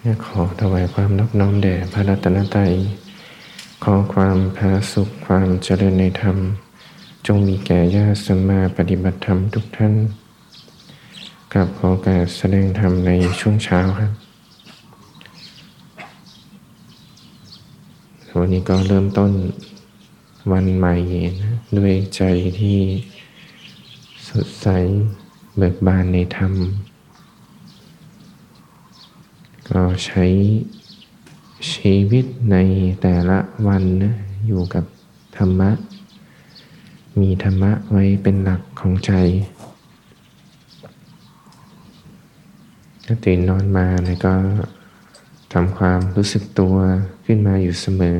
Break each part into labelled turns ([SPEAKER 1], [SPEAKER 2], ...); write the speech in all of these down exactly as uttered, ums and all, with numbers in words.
[SPEAKER 1] ขอถวายความนอบน้อมแด่พระรัตนตรัยขอความผาสุขความเจริญในธรรมจงมีแก่ญาติสัมมาปฏิบัติธรรมทุกท่านกับขอการแสดงธรรมในช่วงเช้าครับวันนี้ก็เริ่มต้นวันใหม่นะด้วยใจที่สดใสเบิกบานในธรรมก็ใช้ชีวิตในแต่ละวันนะอยู่กับธรรมะมีธรรมะไว้เป็นหลักของใจถ้าตื่นนอนมานะก็ทำความรู้สึกตัวขึ้นมาอยู่เสมอ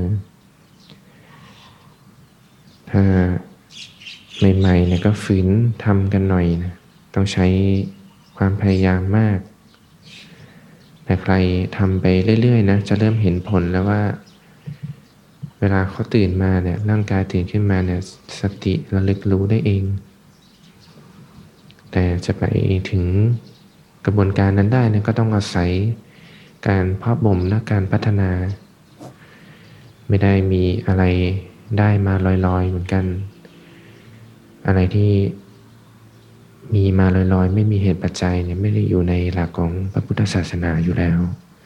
[SPEAKER 1] ถ้าใหม่ๆเนี่ยก็ฝืนทำกันหน่อยนะต้องใช้ความพยายามมากแต่ใครทำไปเรื่อยๆนะจะเริ่มเห็นผลแล้วว่าเวลาเขาตื่นมาเนี่ยร่างกายตื่นขึ้นมาเนี่ยสติระลึกรู้ได้เองแต่จะไปถึงกระบวนการนั้นได้เนี่ยก็ต้องอาศัยการเพาะบ่มและการพัฒนาไม่ได้มีอะไรได้มาลอยๆเหมือนกันอะไรที่มีมาลอยๆไม่มีเหตุปัจจัยเนี่ยไม่ได้อยู่ในหลักของพระพุทธศาสนาอยู่แล้ว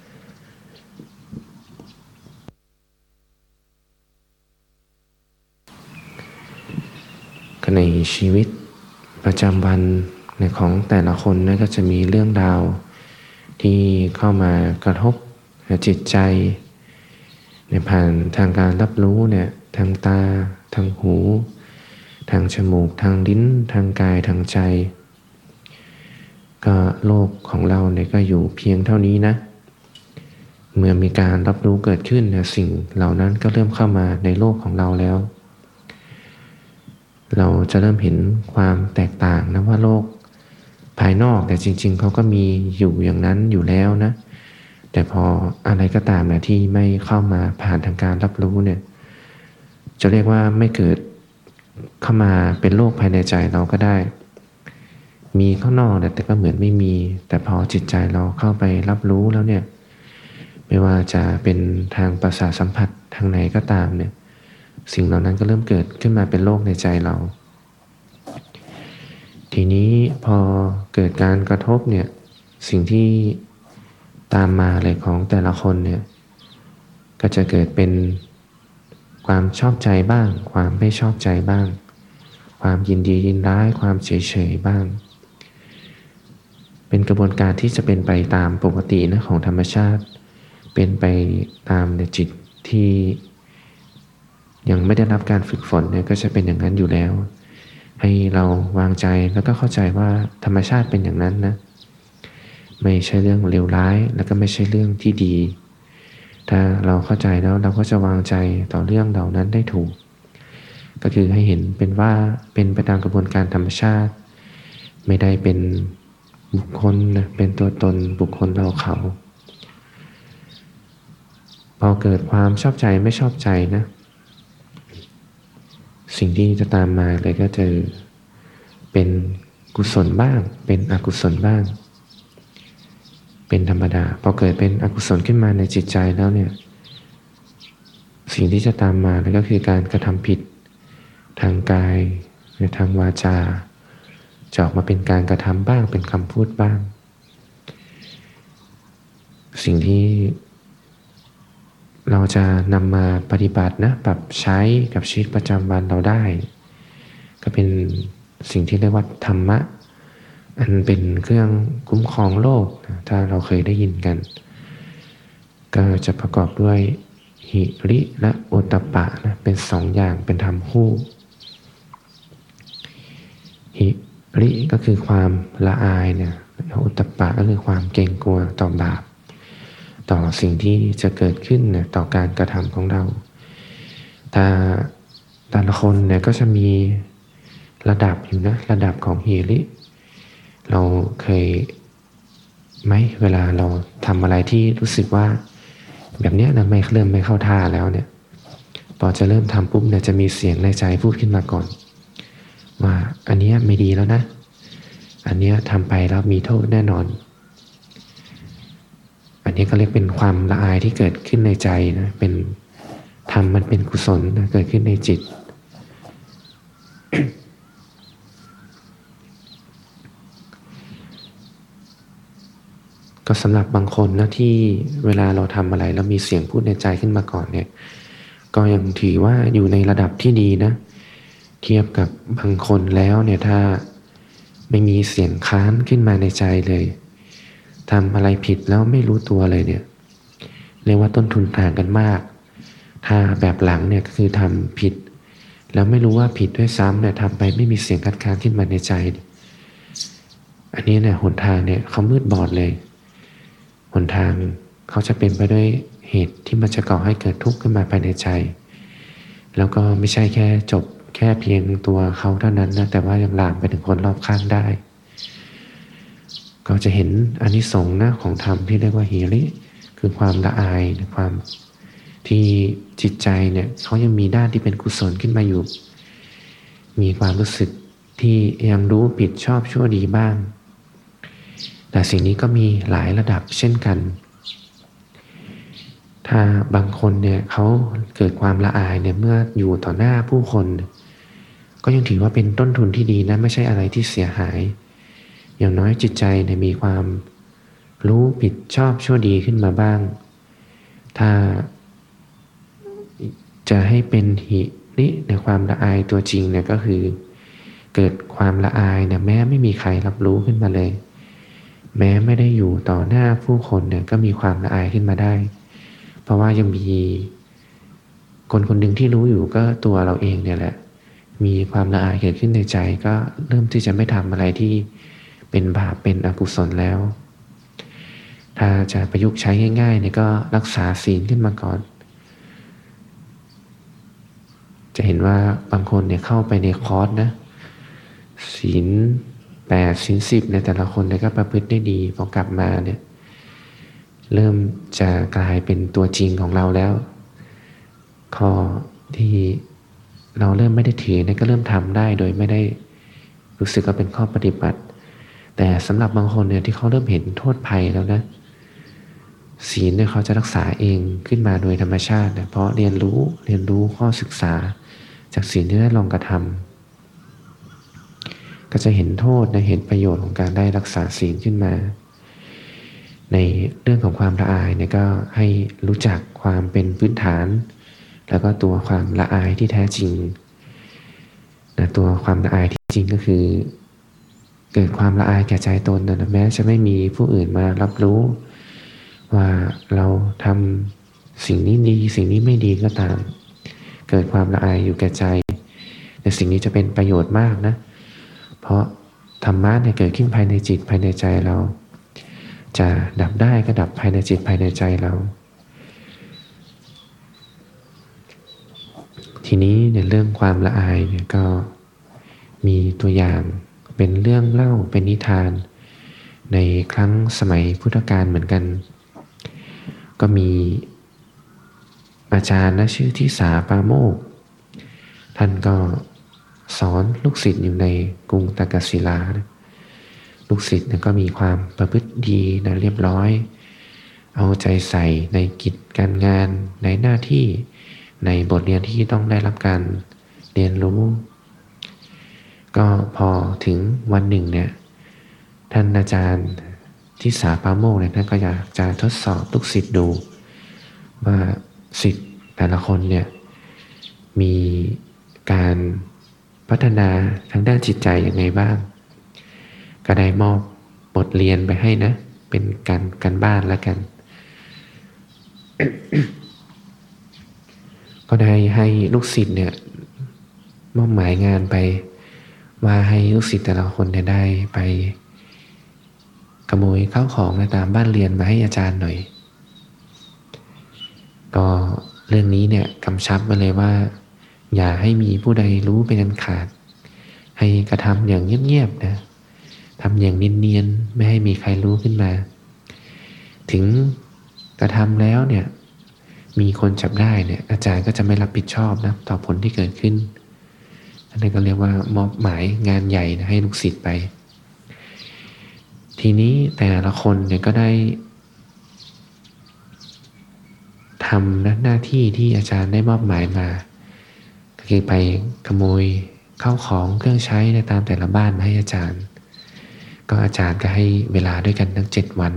[SPEAKER 1] ในชีวิตประจำวันในของแต่ละคนนะก็จะมีเรื่องราวที่เข้ามากระทบจิตใจในผ่านทางการรับรู้เนี่ยทางตาทางหูทางจมูกทางลิ้นทางกายทางใจก็โลกของเราเนี่ยก็อยู่เพียงเท่านี้นะเมื่อมีการรับรู้เกิดขึ้นเนี่ยสิ่งเหล่านั้นก็เริ่มเข้ามาในโลกของเราแล้วเราจะเริ่มเห็นความแตกต่างนะว่าโลกภายนอกแต่จริงๆเขาก็มีอยู่อย่างนั้นอยู่แล้วนะแต่พออะไรก็ตามนะที่ไม่เข้ามาผ่านทางการรับรู้เนี่ยจะเรียกว่าไม่เกิดเข้ามาเป็นโลกภายในใจเราก็ได้มีข้างนอกแต่ก็เหมือนไม่มีแต่พอจิตใจเราเข้าไปรับรู้แล้วเนี่ยไม่ว่าจะเป็นทางประสาทสัมผัสทางไหนก็ตามเนี่ยสิ่งเหล่านั้นก็เริ่มเกิดขึ้นมาเป็นโลกในใจเราทีนี้พอเกิดการกระทบเนี่ยสิ่งที่ตามมาเลยของแต่ละคนเนี่ยก็จะเกิดเป็นความชอบใจบ้างความไม่ชอบใจบ้างความยินดียินร้ายความเฉยเฉยบ้างเป็นกระบวนการที่จะเป็นไปตามปกตินะของธรรมชาติเป็นไปตามในจิตที่ยังไม่ได้รับการฝึกฝนเนี่ยก็จะเป็นอย่างนั้นอยู่แล้วให้เราวางใจแล้วก็เข้าใจว่าธรรมชาติเป็นอย่างนั้นนะไม่ใช่เรื่องเลวร้ายแล้วก็ไม่ใช่เรื่องที่ดีถ้าเราเข้าใจแล้วเราก็จะวางใจต่อเรื่องเหล่านั้นได้ถูกก็คือให้เห็นเป็นว่าเป็นไปตามกระบวนการธรรมชาติไม่ได้เป็นบุคคลนะเป็นตัวตนบุคคลเราเขาพอเกิดความชอบใจไม่ชอบใจนะสิ่งที่จะตามมาเลยก็จะเป็นกุศลบ้างเป็นอกุศลบ้างเป็นธรรมดาพอเกิดเป็นอกุศลขึ้นมาในจิตใจแล้วเนี่ยสิ่งที่จะตามมาก็คือการกระทำผิดทางกายในทางวาจาจะออกมาเป็นการกระทำบ้างเป็นคำพูดบ้างสิ่งที่เราจะนำมาปฏิบัตินะปรับใช้กับชีวิตประจำวันเราได้ก็เป็นสิ่งที่เรียกว่าธรรมะอันเป็นเครื่องคุ้มครองโลกนะถ้าเราเคยได้ยินกันก็จะประกอบด้วยหิริและโอตตัปปะนะเป็นสองอย่างเป็นธรรมคู่หิริก็คือความละอายเนี่ยโอตตัปปะก็คือความเกรงกลัวต่อบาปต่อสิ่งที่จะเกิดขึ้นเนี่ยต่อการกระทำของเราแต่แต่ละคนเนี่ยก็จะมีระดับอยู่นะระดับของหิริเราเคยไหมเวลาเราทำอะไรที่รู้สึกว่าแบบเนี้ยนะไม่เริ่มไม่เข้าท่าแล้วเนี่ยพอจะเริ่มทำปุ๊บเนี่ยจะมีเสียงในใจพูดขึ้นมาก่อนว่าอันเนี้ยไม่ดีแล้วนะอันเนี้ยทำไปแล้วมีโทษแน่นอนอันนี้ก็เรียกเป็นความละอายที่เกิดขึ้นในใจนะเป็นธรรมมันเป็นกุศลนะเกิดขึ้นในจิต ก็สำหรับบางคนนะที่เวลาเราทำอะไรแล้วมีเสียงพูดในใจขึ้นมาก่อนเนี่ยก็ยังถือว่าอยู่ในระดับที่ดีนะเทียบกับบางคนแล้วเนี่ยถ้าไม่มีเสียงค้านขึ้นมาในใจเลยทำอะไรผิดแล้วไม่รู้ตัวเลยเนี่ยเรียกว่าต้นทุนต่างกันมากถ้าแบบหลังเนี่ยก็คือทำผิดแล้วไม่รู้ว่าผิดด้วยซ้ำเนี่ยทำไปไม่มีเสียงคัดค้านขึ้นมาในใจอันนี้เนี่ยหนทางเนี่ยเขามืดบอดเลยหนทางเขาจะเป็นไปด้วยเหตุที่มันจะก่อให้เกิดทุกข์ขึ้นมาภายในใจแล้วก็ไม่ใช่แค่จบแค่เพียงตัวเขาเท่านั้นนะแต่ว่ายังลามไปถึงคนรอบข้างได้ก็จะเห็นอานิสงส์นะของธรรมที่เรียกว่าหิริคือความละอายความที่จิตใจเนี่ยเขายังมีด้านที่เป็นกุศลขึ้นมาอยู่มีความรู้สึกที่ยังรู้ผิดชอบชั่วดีบ้างแต่สิ่งนี้ก็มีหลายระดับเช่นกันถ้าบางคนเนี่ยเขาเกิดความละอายเนี่ยเมื่ออยู่ต่อหน้าผู้คนก็ยังถือว่าเป็นต้นทุนที่ดีนะไม่ใช่อะไรที่เสียหายอย่างน้อยจิตใจเนี่ยมีความรู้ผิดชอบชั่วดีขึ้นมาบ้างถ้าจะให้เป็นหิริในความละอายตัวจริงเนี่ยก็คือเกิดความละอายเนี่ยแม้ไม่มีใครรับรู้ขึ้นมาเลยแม้ไม่ได้อยู่ต่อหน้าผู้คนเนี่ยก็มีความละอายขึ้นมาได้เพราะว่ายังมีคนคนหนึ่งที่รู้อยู่ก็ตัวเราเองเนี่ยแหละมีความละอายเกิดขึ้นในใจก็เริ่มที่จะไม่ทำอะไรที่เป็นบาปเป็นอกุศลแล้วถ้าจะประยุกต์ใช้ง่ายๆเนี่ยก็รักษาศีลขึ้นมาก่อนจะเห็นว่าบางคนเนี่ยเข้าไปในคอร์สนะศีลแปดศีลสิบในแต่ละคนเนี่ยก็ประพฤติได้ดีพอกลับมาเนี่ยเริ่มจะกลายเป็นตัวจริงของเราแล้วข้อที่เราเริ่มไม่ได้ถือเนี่ยก็เริ่มทำได้โดยไม่ได้รู้สึกว่าเป็นข้อปฏิบัติแต่สำหรับบางคนเนี่ยที่เขาเริ่มเห็นโทษภัยแล้วนะศีลเนี่ยเขาจะรักษาเองขึ้นมาโดยธรรมชาตินะเพราะเรียนรู้เรียนรู้ข้อศึกษาจากศีลที่ได้ลองกระทำก็จะเห็นโทษนะเห็นประโยชน์ของการได้รักษาศีลขึ้นมาในเรื่องของความละอายเนี่ยก็ให้รู้จักความเป็นพื้นฐานแล้วก็ตัวความละอายที่แท้จริงนะตัวความละอายที่จริงก็คือเกิดความละอายแก่ใจตนนะแม้จะไม่มีผู้อื่นมารับรู้ว่าเราทำสิ่งนี้ดีสิ่งนี้ไม่ดีก็ตามเกิดความละอายอยู่แก่ใจแต่สิ่งนี้จะเป็นประโยชน์มากนะเพราะธรรมะเนี่ยเกิดขึ้นภายในจิตภายในใจเราจะดับได้ก็ดับภายในจิตภายในใจเราทีนี้ในเรื่องความละอายเนี่ยก็มีตัวอย่างเป็นเรื่องเล่าเป็นนิทานในครั้งสมัยพุทธกาลเหมือนกันก็มีอาจารย์นะชื่อทิสาปาโมกข์ท่านก็สอนลูกศิษย์อยู่ในกรุงตากศิลานะลูกศิษย์ก็มีความประพฤติดีนะเรียบร้อยเอาใจใส่ในกิจการงานในหน้าที่ในบทเรียนที่ต้องได้รับการเรียนรู้ก็พอถึงวันหนึ่งเนี่ยท่านอาจารย์ทิสาปาโมกข์เนี่ยท่านก็อยากจะทดสอบลูกศิษย์ดูว่าศิษย์แต่ละคนเนี่ยมีการพัฒนาทางด้านจิตใจอย่างไรบ้างก็ได้มอบบทเรียนไปให้นะเป็นการการบ้านแล้วกัน ก็ได้ให้ลูกศิษย์เนี่ยมอบหมายงานไปว่าให้ลูกศิษย์แต่ละคนเนี่ยได้ไปขโมยข้าวของในตามบ้านเรียนมาให้อาจารย์หน่อยก็เรื่องนี้เนี่ยกำชับมาเลยว่าอย่าให้มีผู้ใดรู้เป็นอันขาดให้กระทำอย่างเงียบๆนะทำอย่างเนียนๆไม่ให้มีใครรู้ขึ้นมาถึงกระทำแล้วเนี่ยมีคนจับได้เนี่ยอาจารย์ก็จะไม่รับผิดชอบนะต่อผลที่เกิดขึ้นอันนี้ก็เรียกว่ามอบหมายงานใหญ่นะให้ลูกศิษย์ไปทีนี้แต่ละคนเนี่ยก็ได้ทำหน้าที่ที่อาจารย์ได้มอบหมายมาก็คือไปขโมยเข้าของเครื่องใช้ในตามแต่ละบ้านมาให้อาจารย์ก็อาจารย์ก็ให้เวลาด้วยกันทั้งเจ็ดวัน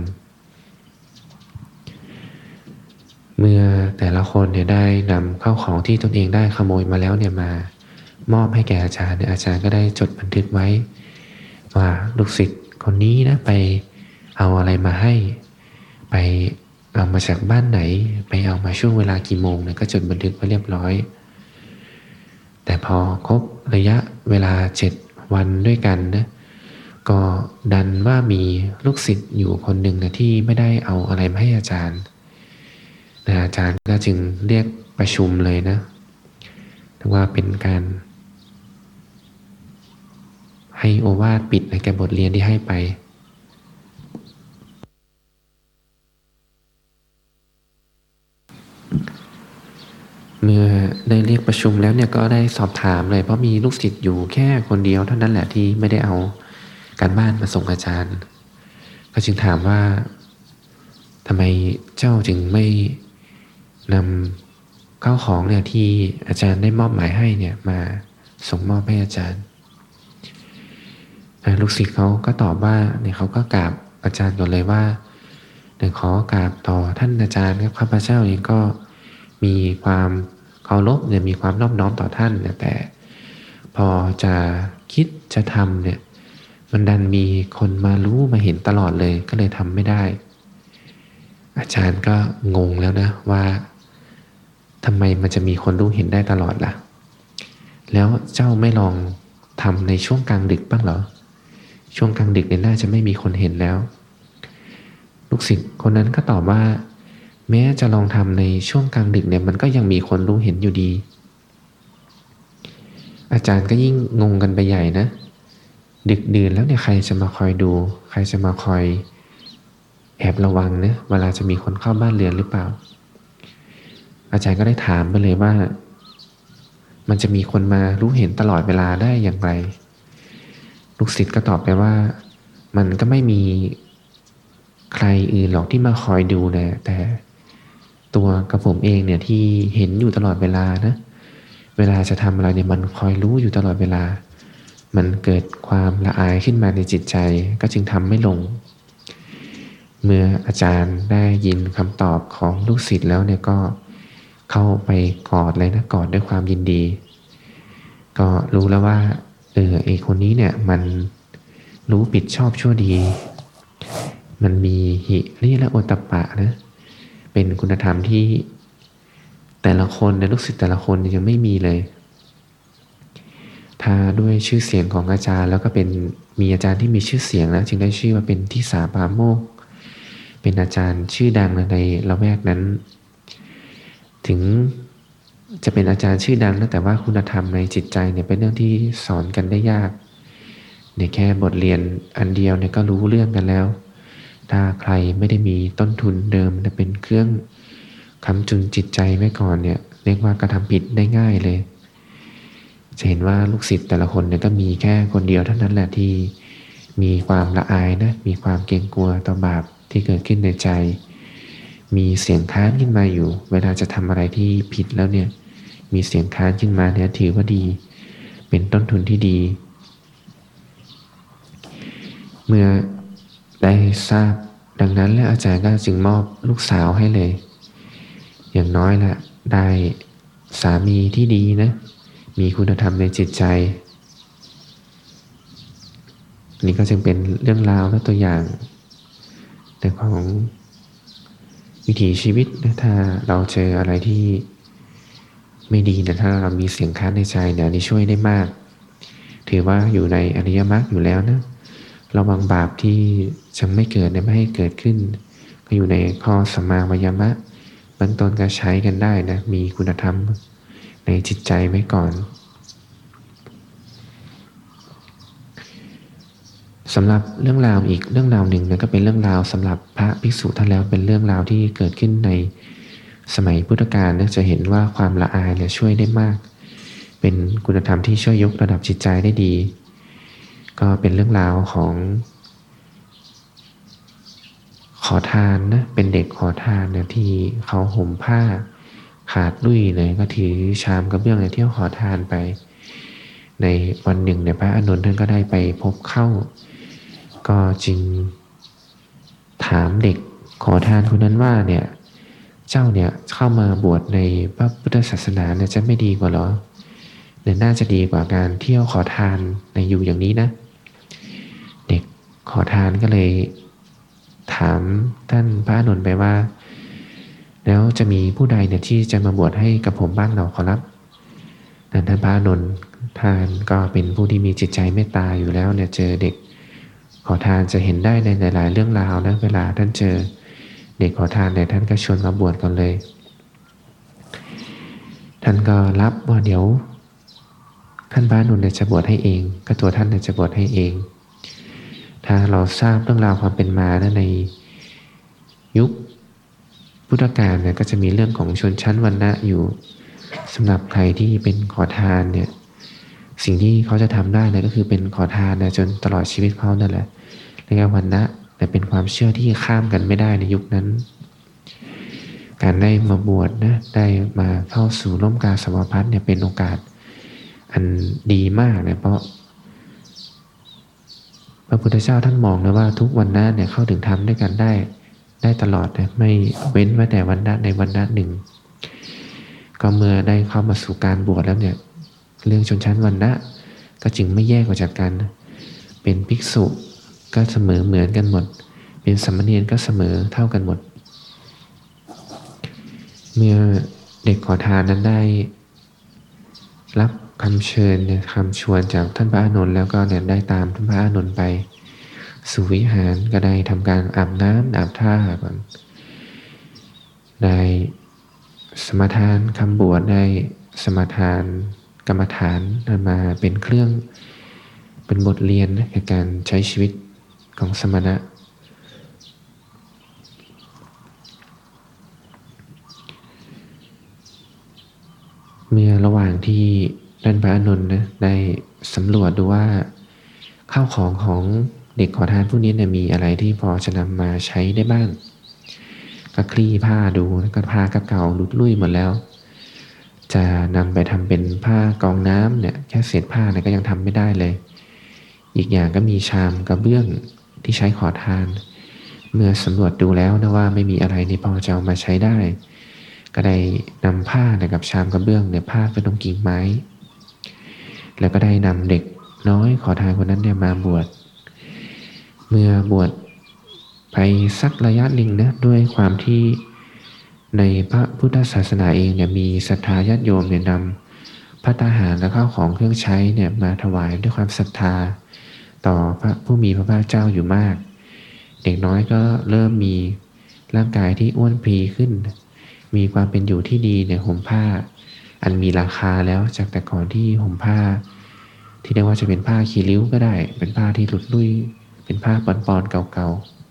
[SPEAKER 1] เมื่อแต่ละคนเนี่ยได้นำเข้าของที่ตนเองได้ขโมยมาแล้วเนี่ยมามอบให้แก่อาจารย์เนี่ยอาจารย์ก็ได้จดบันทึกไว้ว่าลูกศิษย์คนนี้นะไปเอาอะไรมาให้ไปเอามาจากบ้านไหนไปเอามาช่วงเวลากี่โมงเนี่ยก็จดบันทึกไว้เรียบร้อยแต่พอครบระยะเวลาเจ็ดวันด้วยกันนะก็ดันว่ามีลูกศิษย์อยู่คนหนึ่งนะที่ไม่ได้เอาอะไรมาให้อาจารย์นะอาจารย์ก็จึงเรียกประชุมเลยนะถือว่าเป็นการให้โอวาทปิดในแก่บทเรียนที่ให้ไปเมื่อได้เรียกประชุมแล้วเนี่ยก็ได้สอบถามเลยเพราะมีลูกศิษย์อยู่แค่คนเดียวเท่านั้นแหละที่ไม่ได้เอาการบ้านมาส่งอาจารย์ก็จึงถามว่าทำไมเจ้าจึงไม่นำข้าวของเนี่ยที่อาจารย์ได้มอบหมายให้เนี่ยมาส่งมอบให้อาจารย์ลูกศิษย์เขาก็ตอบว่าเนี่ยเขาก็กราบอาจารย์ก่อนเลยว่าเนี่ยขอกราบต่อท่านอาจารย์ครับข้าพเจ้าเองก็มีความเคารพเนี่ยมีความนอบน้อมต่อท่านเนี่ยแต่พอจะคิดจะทำเนี่ยมันดันมีคนมารู้มาเห็นตลอดเลยก็เลยทำไม่ได้อาจารย์ก็งงแล้วนะว่าทำไมมันจะมีคนรู้เห็นได้ตลอดล่ะแล้วเจ้าไม่ลองทำในช่วงกลางดึกบ้างเหรอช่วงกลางดึกเนี่ยน่าจะไม่มีคนเห็นแล้วลูกศิษย์คนนั้นก็ตอบว่าแม้จะลองทำในช่วงกลางดึกเนี่ยมันก็ยังมีคนรู้เห็นอยู่ดีอาจารย์ก็ยิ่งงงกันไปใหญ่นะดึกดื่นแล้วเนี่ยใครจะมาคอยดูใครจะมาคอยแอบระวังนะเวลาจะมีคนเข้าบ้านเรือนหรือเปล่าอาจารย์ก็ได้ถามไปเลยว่ามันจะมีคนมารู้เห็นตลอดเวลาได้อย่างไรลูกศิษย์ก็ตอบไปว่ามันก็ไม่มีใครอื่นหรอกที่มาคอยดูนะแต่ตัวกับผมเองเนี่ยที่เห็นอยู่ตลอดเวลานะเวลาจะทำอะไรเนี่ยมันคอยรู้อยู่ตลอดเวลามันเกิดความละอายขึ้นมาในจิตใจก็จึงทำไม่ลงเมื่ออาจารย์ได้ยินคำตอบของลูกศิษย์แล้วเนี่ยก็เข้าไปกอดเลยนะกอดด้วยความยินดีก็รู้แล้วว่าเออไอคนนี้เนี่ยมันรู้ผิดชอบชั่วดีมันมีหิริและโอตตัปปะนะเป็นคุณธรรมที่แต่ละคนในลูกศิษย์แต่ละคนยังไม่มีเลยถ้าด้วยชื่อเสียงของอาจารย์แล้วก็เป็นมีอาจารย์ที่มีชื่อเสียงนะจึงได้ชื่อว่าเป็นทิสาปาโมกข์เป็นอาจารย์ชื่อดังในละแวกนั้นถึงจะเป็นอาจารย์ชื่อดังนะแต่ว่าคุณธรรมในจิตใจเนี่ยเป็นเรื่องที่สอนกันได้ยากเนี่ยแค่บทเรียนอันเดียวเนี่ยก็รู้เรื่องกันแล้วถ้าใครไม่ได้มีต้นทุนเดิมจะเป็นเครื่องค้ำจุนจิตใจไว้ก่อนเนี่ยเรียกว่ากระทำผิดได้ง่ายเลยจะเห็นว่าลูกศิษย์แต่ละคนเนี่ยก็มีแค่คนเดียวเท่านั้นแหละที่มีความละอายนะมีความเกรงกลัวต่อบาปที่เกิดขึ้นในใจมีเสียงค้านขึ้นมาอยู่เวลาจะทำอะไรที่ผิดแล้วเนี่ยมีเสียงค้านขึ้นมาเนี่ยถือว่าดีเป็นต้นทุนที่ดีเมื่อได้ทราบดังนั้นแล้วอาจารย์ก็จึงมอบลูกสาวให้เลยอย่างน้อยละได้สามีที่ดีนะมีคุณธรรมในจิตใจนี่ก็จึงเป็นเรื่องราวและตัวอย่างในของวิถีชีวิตนะถ้าเราเจออะไรที่ไม่ดีนะถ้าเรามีเสียงค้านในใจเนี่ยนี่ช่วยได้มากถือว่าอยู่ในอริยมรรคอยู่แล้วนะระวังบาปที่จะไม่เกิดเนี่ยไม่ให้เกิดขึ้นก็อยู่ในข้อสัมมาวิยามะเบื้องต้นก็ใช้กันได้นะมีคุณธรรมในจิตใจไว้ก่อนสำหรับเรื่องราวอีกเรื่องราวหนึ่งนะก็เป็นเรื่องราวสำหรับพระภิกษุท่านแล้วเป็นเรื่องราวที่เกิดขึ้นในสมัยพุทธกาลนะจะเห็นว่าความละอายเนี่ยช่วยได้มากเป็นคุณธรรมที่ช่วยยกระดับจิตใจได้ดีก็เป็นเรื่องราวของขอทานนะเป็นเด็กขอทานเนี่ยที่เขาห่มผ้าขาดลุยเลยก็ถือชามกระเบื้องเนี่ยเที่ยวขอทานไปในวันหนึ่งเนี่ยพระอานนท์ท่านก็ได้ไปพบเข้าก็จึงถามเด็กขอทานคนนั้นว่าเนี่ยเจ้าเนี่ยเข้ามาบวชในพระพุทธศาสนาเนี่ยจะไม่ดีกว่าหรอเนี่ยน่าจะดีกว่าการเที่ยวขอทานในอยู่อย่างนี้นะเด็กขอทานก็เลยถามท่านพระอานนท์ไปว่าแล้วจะมีผู้ใดเนี่ยที่จะมาบวชให้กับผมบ้างหรอขอรับท่านพระอานนท์ท่านก็เป็นผู้ที่มีจิตใจเมตตาอยู่แล้วเนี่ยเจอเด็กขอทานจะเห็นได้ในหลายๆเรื่องราวนะเวลาท่านเจอเด็กขอทานเนี่ยท่านก็ชวนมาบวชกันเลยท่านก็รับว่าเดี๋ยวท่านพระอานนท์เนี่ยจะบวชให้เองก็ตัวท่านเนี่ยจะบวชให้เองถ้าเราทราบเรื่องราวความเป็นมาในยุคพุทธกาลเนี่ยก็จะมีเรื่องของชนชั้นวรรณะอยู่สำหรับใครที่เป็นขอทานเนี่ยสิ่งที่เขาจะทำได้เนี่ยก็คือเป็นขอทานนะจนตลอดชีวิตเขานั่นแหละเรียกว่าวรรณะแต่เป็นความเชื่อที่ข้ามกันไม่ได้ในยุคนั้นการได้มาบวชนะได้มาเข้าสู่ร่มกาสาวพัสเนี่ยเป็นโอกาสอันดีมากเนี่ยเพราะพระพุทธเจ้าท่านมองนะว่าทุกวรรณะเนี่ยเข้าถึงธรรมด้วยกันได้ได้ตลอดนะไม่เว้นไว้แต่วรรณะในวรรณะหนึ่งก็เมื่อได้เข้ามาสู่การบวชแล้วเนี่ยเรื่องชนชั้นวรรณะก็จึงไม่แยกออกจากกันเป็นภิกษุก็เสมอเหมือนกันหมดเป็นสามเณรก็เสมอเท่ากันหมดเมื่อเด็กขอทานนั้นได้รับคำเชิญเนี่ยคำชวนจากท่านพระอานนท์แล้วก็เนี่ยได้ตามท่านพระอานนท์ไปสู่วิหารก็ได้ทำการอาบน้ำอาบท่าก่อนได้สมาทานคำบวชได้สมาทานกรรมฐานมาเป็นเครื่องเป็นบทเรียนในการใช้ชีวิตของสมณะเมื่อระหว่างที่ท่านพระอานนท์นะได้สำรวจดูว่าข้าวของของเด็กขอทานผู้นี้เนี่ยมีอะไรที่พอจะนำมาใช้ได้บ้างก็คลี่ผ้าดูก็ผ้าก็เก่าหลุดลุ่ยหมดแล้วจะนำไปทำเป็นผ้ากองน้ำเนี่ยแค่เศษผ้าเนี่ยก็ยังทำไม่ได้เลยอีกอย่างก็มีชามกระเบื้องที่ใช้ขอทานเมื่อสำรวจดูแล้วนะว่าไม่มีอะไรที่พอจะเอามาใช้ได้ก็ได้นำผ้าเนี่ยกับชามกระเบื้องเนี่ยผ้าไปตรงกิ่งไม้แล้วก็ได้นำเด็กน้อยขอทานคนนั้นเนี่ยมาบวชเมื่อบวชไปสักระยะหนึ่งนะด้วยความที่ในพระพุทธศาสนาเองเนี่ยมีศรัทธาญาติโยมเนี่ยนำภัตตาหารและข้าวของเครื่องใช้เนี่ยมาถวายด้วยความศรัทธาต่อพระผู้มีพระภาคเจ้าอยู่มากเด็กน้อยก็เริ่มมีร่างกายที่อ้วนพรีขึ้นมีความเป็นอยู่ที่ดีเนี่ยห่มผ้าอันมีราคาแล้วจากแต่ก่อนที่ห่มผ้าที่เรียกว่าจะเป็นผ้าคีริ้วก็ได้เป็นผ้าที่หลุดลุ่ยเป็นผ้าปอนๆเก่า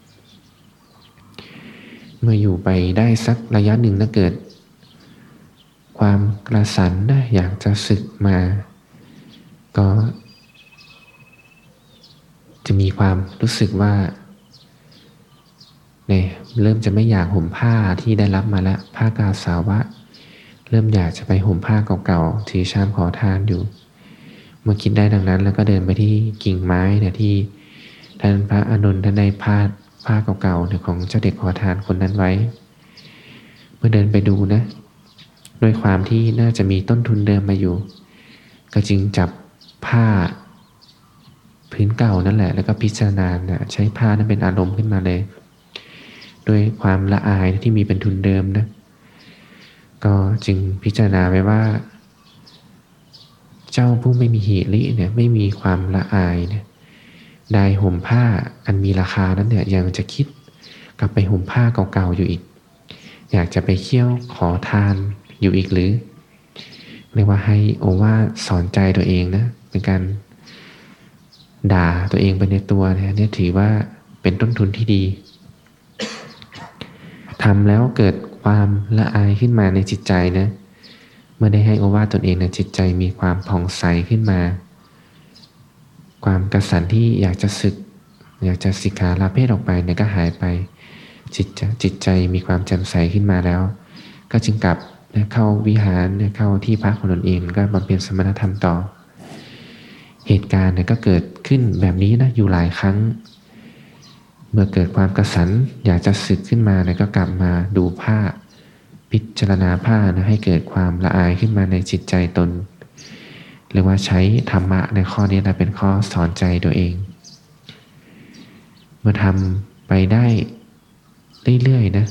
[SPEAKER 1] ๆเมื่ออยู่ไปได้สักระยะหนึ่งนะเกิดความกระสันนะอยากจะสึกมาก็จะมีความรู้สึกว่าเนี่ยเริ่มจะไม่อยากห่มผ้าที่ได้รับมาแล้วผ้ากาสาวะเริ่มอยากจะไปห่มผ้าเก่าๆถือชามขอทานอยู่เมื่อคิดได้ดังนั้นแล้วก็เดินไปที่กิ่งไม้เนี่ยที่ท่านพระอานนท์ท่านได้พาดผ้าเก่าๆเนี่ยของเจ้าเด็กขอทานคนนั้นไว้เมื่อเดินไปดูนะด้วยความที่น่าจะมีต้นทุนเดิมมาอยู่ก็จึงจับผ้าพื้นเก่านั่นแหละแล้วก็พิจารณาเนี่ยใช้ผ้านั้นเป็นอารมณ์ขึ้นมาเลยด้วยความละอายที่มีเป็นทุนเดิมนะก็จึงพิจารณาไว้ว่าเจ้าผู้ไม่มีหิริเนี่ยไม่มีความละอายเนี่ยได้ห่มผ้าอันมีราคานั้นเนี่ยยังจะคิดกลับไปห่มผ้าเก่าๆอยู่อีกอยากจะไปเคี่ยวขอทานอยู่อีกหรือเรียกว่าให้โอวาทสอนใจตัวเองนะเป็นการด่าตัวเองไปในตัวเนี่ยเนี่ยถือว่าเป็นต้นทุนที่ดีทำแล้วเกิดความละอายขึ้นมาในจิตใจนะเมื่อได้ให้โอวาทตนเองนะจิตใจมีความผ่องใสขึ้นมาความกระสันที่อยากจะสึกอยากจะสิกขาลาเพศออกไปเนี่ยก็หายไปจิตจะจิตใจมีความแจ่มใสขึ้นมาแล้วก็จึงกลับนะเข้าวิหารนะเข้าที่พักของตนเองก็บำเพ็ญสมณธรรมต่อเหตุการณ์เนี่ยก็เกิดขึ้นแบบนี้นะอยู่หลายครั้งเมื่อเกิดความกระสันอยากจะสึกขึ้นมาเนี่ยก็กลับมาดูผ้าพิจารณาผ้านะให้เกิดความละอายขึ้นมาในจิตใจตนเรียกว่าใช้ธรรมะในข้อนี้นะเป็นข้อสอนใจตัวเองเมื่อทำไปได้เรื่อยๆนะ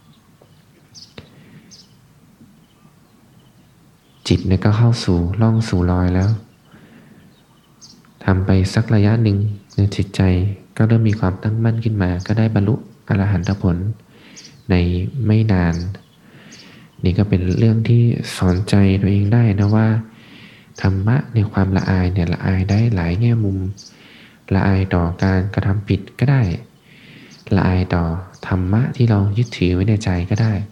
[SPEAKER 1] จิตเนี่ยก็เข้าสู่ล่องสู่รอยแล้วทำไปสักระยะหนึ่งในจิตใจก็เริ่มมีความตั้งมั่นขึ้นมาก็ได้บรรลุอรหันตผลในไม่นานนี่ก็เป็นเรื่องที่สอนใจตัวเองได้นะว่าธรรมะในความละอายเนี่ยละอายได้หลายแง่มุมละอายต่อการกระทำผิดก็ได้ละอายต่อธรรมะที่เรายึดถือไว้ในใจก็ได้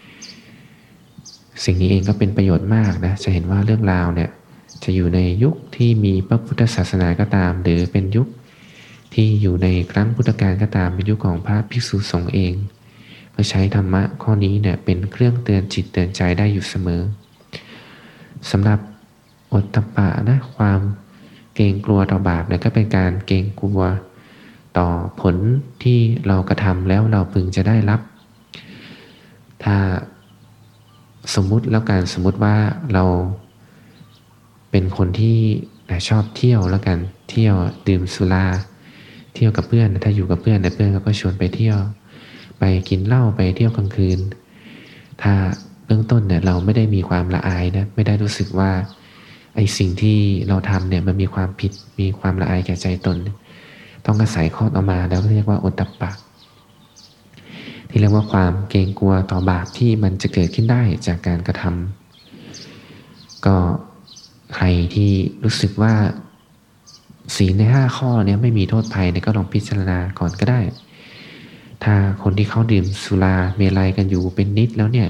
[SPEAKER 1] สิ่งนี้เองก็เป็นประโยชน์มากนะจะเห็นว่าเรื่องราวเนี่ยจะอยู่ในยุคที่มีพระพุทธศาสนาก็ตามหรือเป็นยุคที่อยู่ในครั้งพุทธกาลก็ตามเป็นยุคของพระภิกษุสงฆ์เองก็ใช้ธรรมะข้อนี้เนี่ยเป็นเครื่องเตือนจิตเตือนใจได้อยู่เสมอสำหรับโอตตัปปะนะความเกรงกลัวต่อบาปเนี่ยก็เป็นการเกรงกลัวต่อผลที่เรากระทำแล้วเราพึงจะได้รับถ้าสมมุติแล้วกันสมมุติว่าเราเป็นคนที่ชอบเที่ยวแล้วกันเที่ยวดื่มสุราเที่ยวกับเพื่อนถ้าอยู่กับเพื่อนเนี่ยเพื่อนก็ชวนไปเที่ยวไปกินเหล้าไปเที่ยวกลางคืนถ้าเบื้องต้นเนี่ยเราไม่ได้มีความละอายนะไม่ได้รู้สึกว่าไอ้สิ่งที่เราทำเนี่ยมันมีความผิดมีความละอายแก่ใจตนต้องอาศัยข้อต่อมาแล้วเรียกว่าโอตตัปปะที่เรียกว่าความเกรงกลัวต่อบาปที่มันจะเกิดขึ้นได้จากการกระทำก็ใครที่รู้สึกว่าศีลในห้าข้อนี้ไม่มีโทษภัยเนี่ยก็ลองพิจารณาก่อนก็ได้ถ้าคนที่เขาดื่มสุราเมลัยกันอยู่เป็นนิดแล้วเนี่ย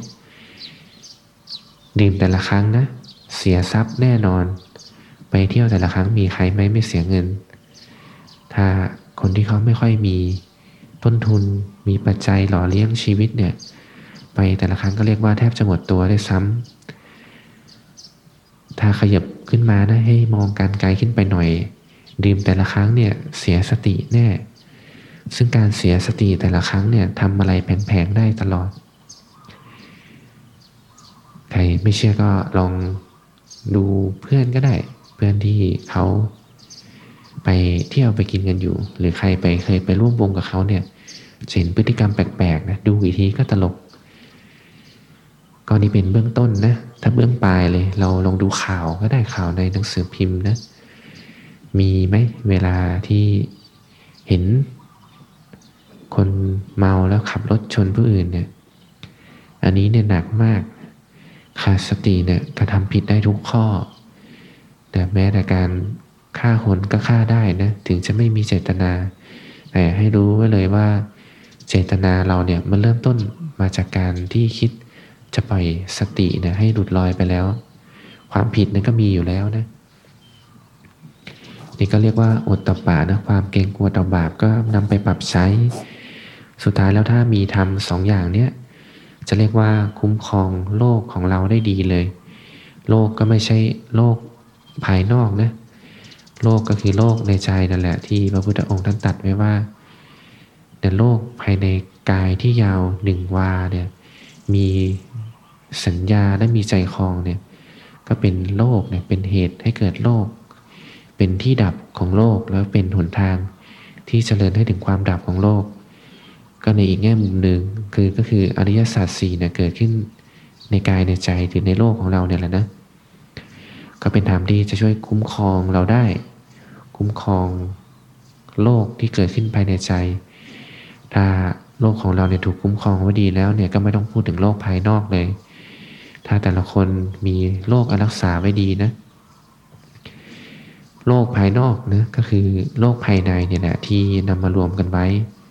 [SPEAKER 1] ดื่มแต่ละครั้งนะเสียทรัพย์แน่นอนไปเที่ยวแต่ละครั้งมีใครไหมไม่เสียเงินถ้าคนที่เขาไม่ค่อยมีต้นทุนมีปัจจัยหล่อเลี้ยงชีวิตเนี่ยไปแต่ละครั้งก็เรียกว่าแทบจะหมดตัวได้ซ้ำถ้าขยับขึ้นมานะให้มองการไกลขึ้นไปหน่อยดื่มแต่ละครั้งเนี่ยเสียสติแน่ซึ่งการเสียสติแต่ละครั้งเนี่ยทำอะไรแผลงๆได้ตลอดใครไม่เชื่อก็ลองดูเพื่อนก็ได้เพื่อนที่เขาไปเที่ยวไปกินกันอยู่หรือใครไปเคยไปร่วมวงกับเขาเนี่ยเห็นพฤติกรรมแปลกๆนะดูอีกทีก็ตลกก็นี่เป็นเบื้องต้นนะถ้าเบื้องปลายเลยเราลองดูข่าวก็ได้ข่าวในหนังสือพิมพ์นะมีไหมเวลาที่เห็นคนเมาแล้วขับรถชนผู้อื่นเนี่ยอันนี้เนี่ยหนักมากขาดสติเนี่ยกระทำผิดได้ทุกข้อแต่แม้แต่การฆ่าคนก็ฆ่าได้นะถึงจะไม่มีเจตนาแต่ให้รู้ไว้เลยว่าเจตนาเราเนี่ยมันเริ่มต้นมาจากการที่คิดจะปล่อยสติเนี่ยให้หลุดลอยไปแล้วความผิดนั้นก็มีอยู่แล้วนะนี่ก็เรียกว่าโอตตัปปะนะความเกรงกลัวต่อบาปก็นำไปปรับใช้สุดท้ายแล้วถ้ามีทำสองอย่างเนี้ยจะเรียกว่าคุ้มครองโลกของเราได้ดีเลยโลกก็ไม่ใช่โลกภายนอกนะโลกก็คือโลกในใจนั่นแหละที่พระพุทธองค์ท่านตรัสไว้ว่าในโลกภายในกายที่ยาวหนึ่งวาเนี่ยมีสัญญาและมีใจคลองเนี่ยก็เป็นโลกเนี่ยเป็นเหตุให้เกิดโลกเป็นที่ดับของโลกแล้วเป็นหนทางที่เจริญให้ถึงความดับของโลกก็ในอีกแง่มุมหนึ่งคือก็คืออริยสัจสี่เนี่ยเกิดขึ้นในกายในใจหรือในโลกของเราเนี่ยแหละนะก็เป็นธรรมที่จะช่วยคุ้มครองเราได้คุ้มครองโลกที่เกิดขึ้นภายในใจถ้าโลกของเราเนี่ยถูกคุ้มครองไว้ดีแล้วเนี่ยก็ไม่ต้องพูดถึงโลกภายนอกเลยถ้าแต่ละคนมีโลกรักษาไว้ดีนะโลกภายนอกนะก็คือโลกภายในเนี่ยแหละที่นำมารวมกันไว้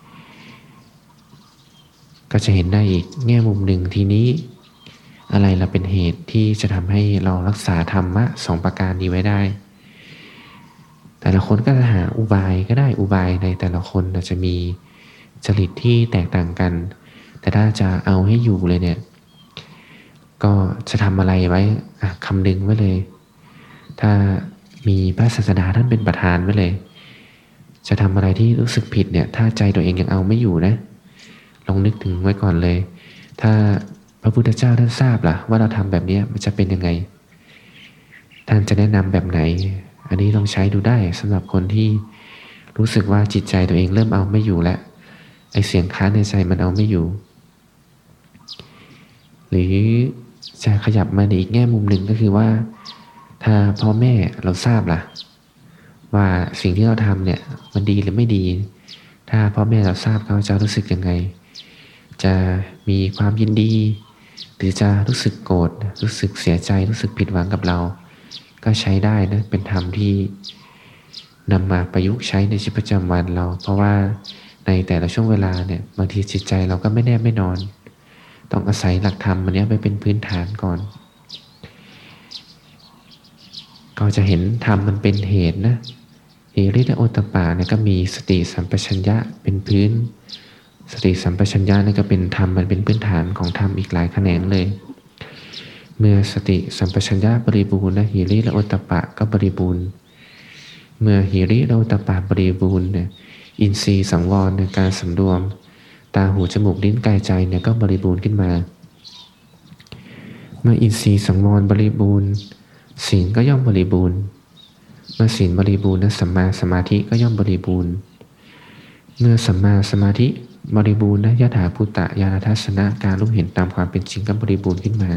[SPEAKER 1] ก็จะเห็นได้อีกแง่มุมหนึ่งทีนี้อะไรล่ะเป็นเหตุที่จะทำให้เรารักษาธรรมะสองประการนี้ไว้ได้แต่ละคนก็จะหาอุบายก็ได้อุบายในแต่ละคนอาจจะมีจริตที่แตกต่างกันแต่ถ้าจะเอาให้อยู่เลยเนี่ยก็จะทำอะไรไว้คำนึงไว้เลยถ้ามีพระศาสดาท่านเป็นประธานไว้เลยจะทำอะไรที่รู้สึกผิดเนี่ยถ้าใจตัวเองยังเอาไม่อยู่นะลองนึกถึงไว้ก่อนเลยถ้าพระพุทธเจ้าท่านทราบล่ะว่าเราทำแบบนี้มันจะเป็นยังไงท่านจะแนะนำแบบไหนอันนี้ลองใช้ดูได้สำหรับคนที่รู้สึกว่าจิตใจตัวเองเริ่มเอาไม่อยู่แล้วไอเสียงค้านในใจมันเอาไม่อยู่หรือจะขยับมาในอีกแง่มุมหนึ่งก็คือว่าถ้าพ่อแม่เราทราบล่ะว่าสิ่งที่เราทำเนี่ยมันดีหรือไม่ดีถ้าพ่อแม่เราทราบเขาจะรู้สึกยังไงจะมีความยินดีหรือจะรู้สึกโกรธรู้สึกเสียใจรู้สึกผิดหวังกับเราก็ใช้ได้นะเป็นธรรมที่นำมาประยุกต์ใช้ในชีวิตประจำวันเราเพราะว่าในแต่ละช่วงเวลาเนี่ยบางทีจิตใจเราก็ไม่แน่ไม่นอนต้องอาศัยหลักธรรมอันนี้ไปเป็นพื้นฐานก่อนก็จะเห็นธรรมมันเป็นเหตุนะหิริและโอตตัปปะเนี่ยก็มีสติสัมปชัญญะเป็นพื้นสติสัมปชัญญะนี่ก็เป็นธรรมมันเป็นพื้นฐานของธรรมอีกหลายแขนงเลยเมื่อสติสัมปชัญญะบริบูรณ์นะหิริและโอตตัปปะก็บริบูรณ์เมื่อหิริและโอตตัปปะบริบูรณ์เนี่ยอินทรีย์สังวรในการสำรวมตาหูจมูกลิ้นกายใจเนี่ยก็บริบูรณ์ขึ้นมาเมื่ออินทรีย์สังวรบริบูรณ์ศีลก็ย่อมบริบูรณ์เมื่อศีลบริบูรณ์นะสัมมาสมาธิก็ย่อมบริบูรณ์เมื่อสัมมาสมาธิบริบูรณ์นะยถาภูตะญาณทัสสนะการรู้เห็นตามความเป็นจริงก็บริบูรณ์ขึ้นมา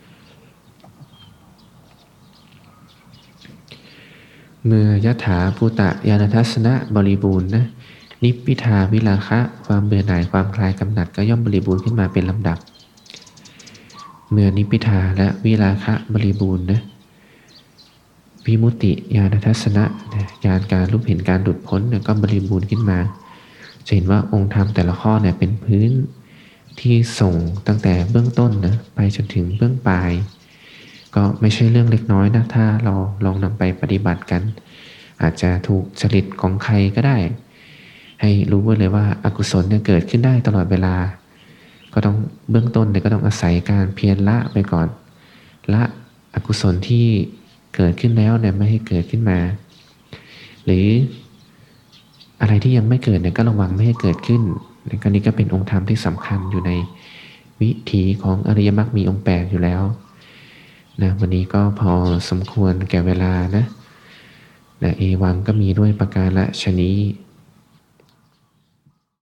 [SPEAKER 1] เมื่อยถาภูตะญาณทัสสนะบริบูรณ์นะนิพพิทาวิราคะความเบื่อหน่ายความคลายกำหนัดก็ย่อมบริบูรณ์ขึ้นมาเป็นลำดับเมื่อนิพพิทาและวิราคะบริบูรณ์นะวิมุตติญาณทัสสนะญาณการรู้เห็นการหลุดพ้นก็บริบูรณ์ขึ้นมาจะเห็นว่าองค์ธรรมแต่ละข้อเนี่ยเป็นพื้นที่ส่งตั้งแต่เบื้องต้นนะไปจนถึงเบื้องปลายก็ไม่ใช่เรื่องเล็กน้อยนะถ้าเราลองนำไปปฏิบัติกันอาจจะถูกจริตของใครก็ได้ให้รู้ไว้เลยว่าอกุศลเนี่ยเกิดขึ้นได้ตลอดเวลาก็ต้องเบื้องต้นเนี่ยก็ต้องอาศัยการเพียรละไปก่อนละอกุศลที่เกิดขึ้นแล้วเนี่ยไม่ให้เกิดขึ้นมาหรืออะไรที่ยังไม่เกิดเนี่ยก็ระวังไม่ให้เกิดขึ้นและก็นี้ก็เป็นองค์ธรรมที่สำคัญอยู่ในวิถีของอริยมรรคมีองค์แปดอยู่แล้วนะวันนี้ก็พอสมควรแก่เวลานะนะเอวังก็มีด้วยประการฉะนี้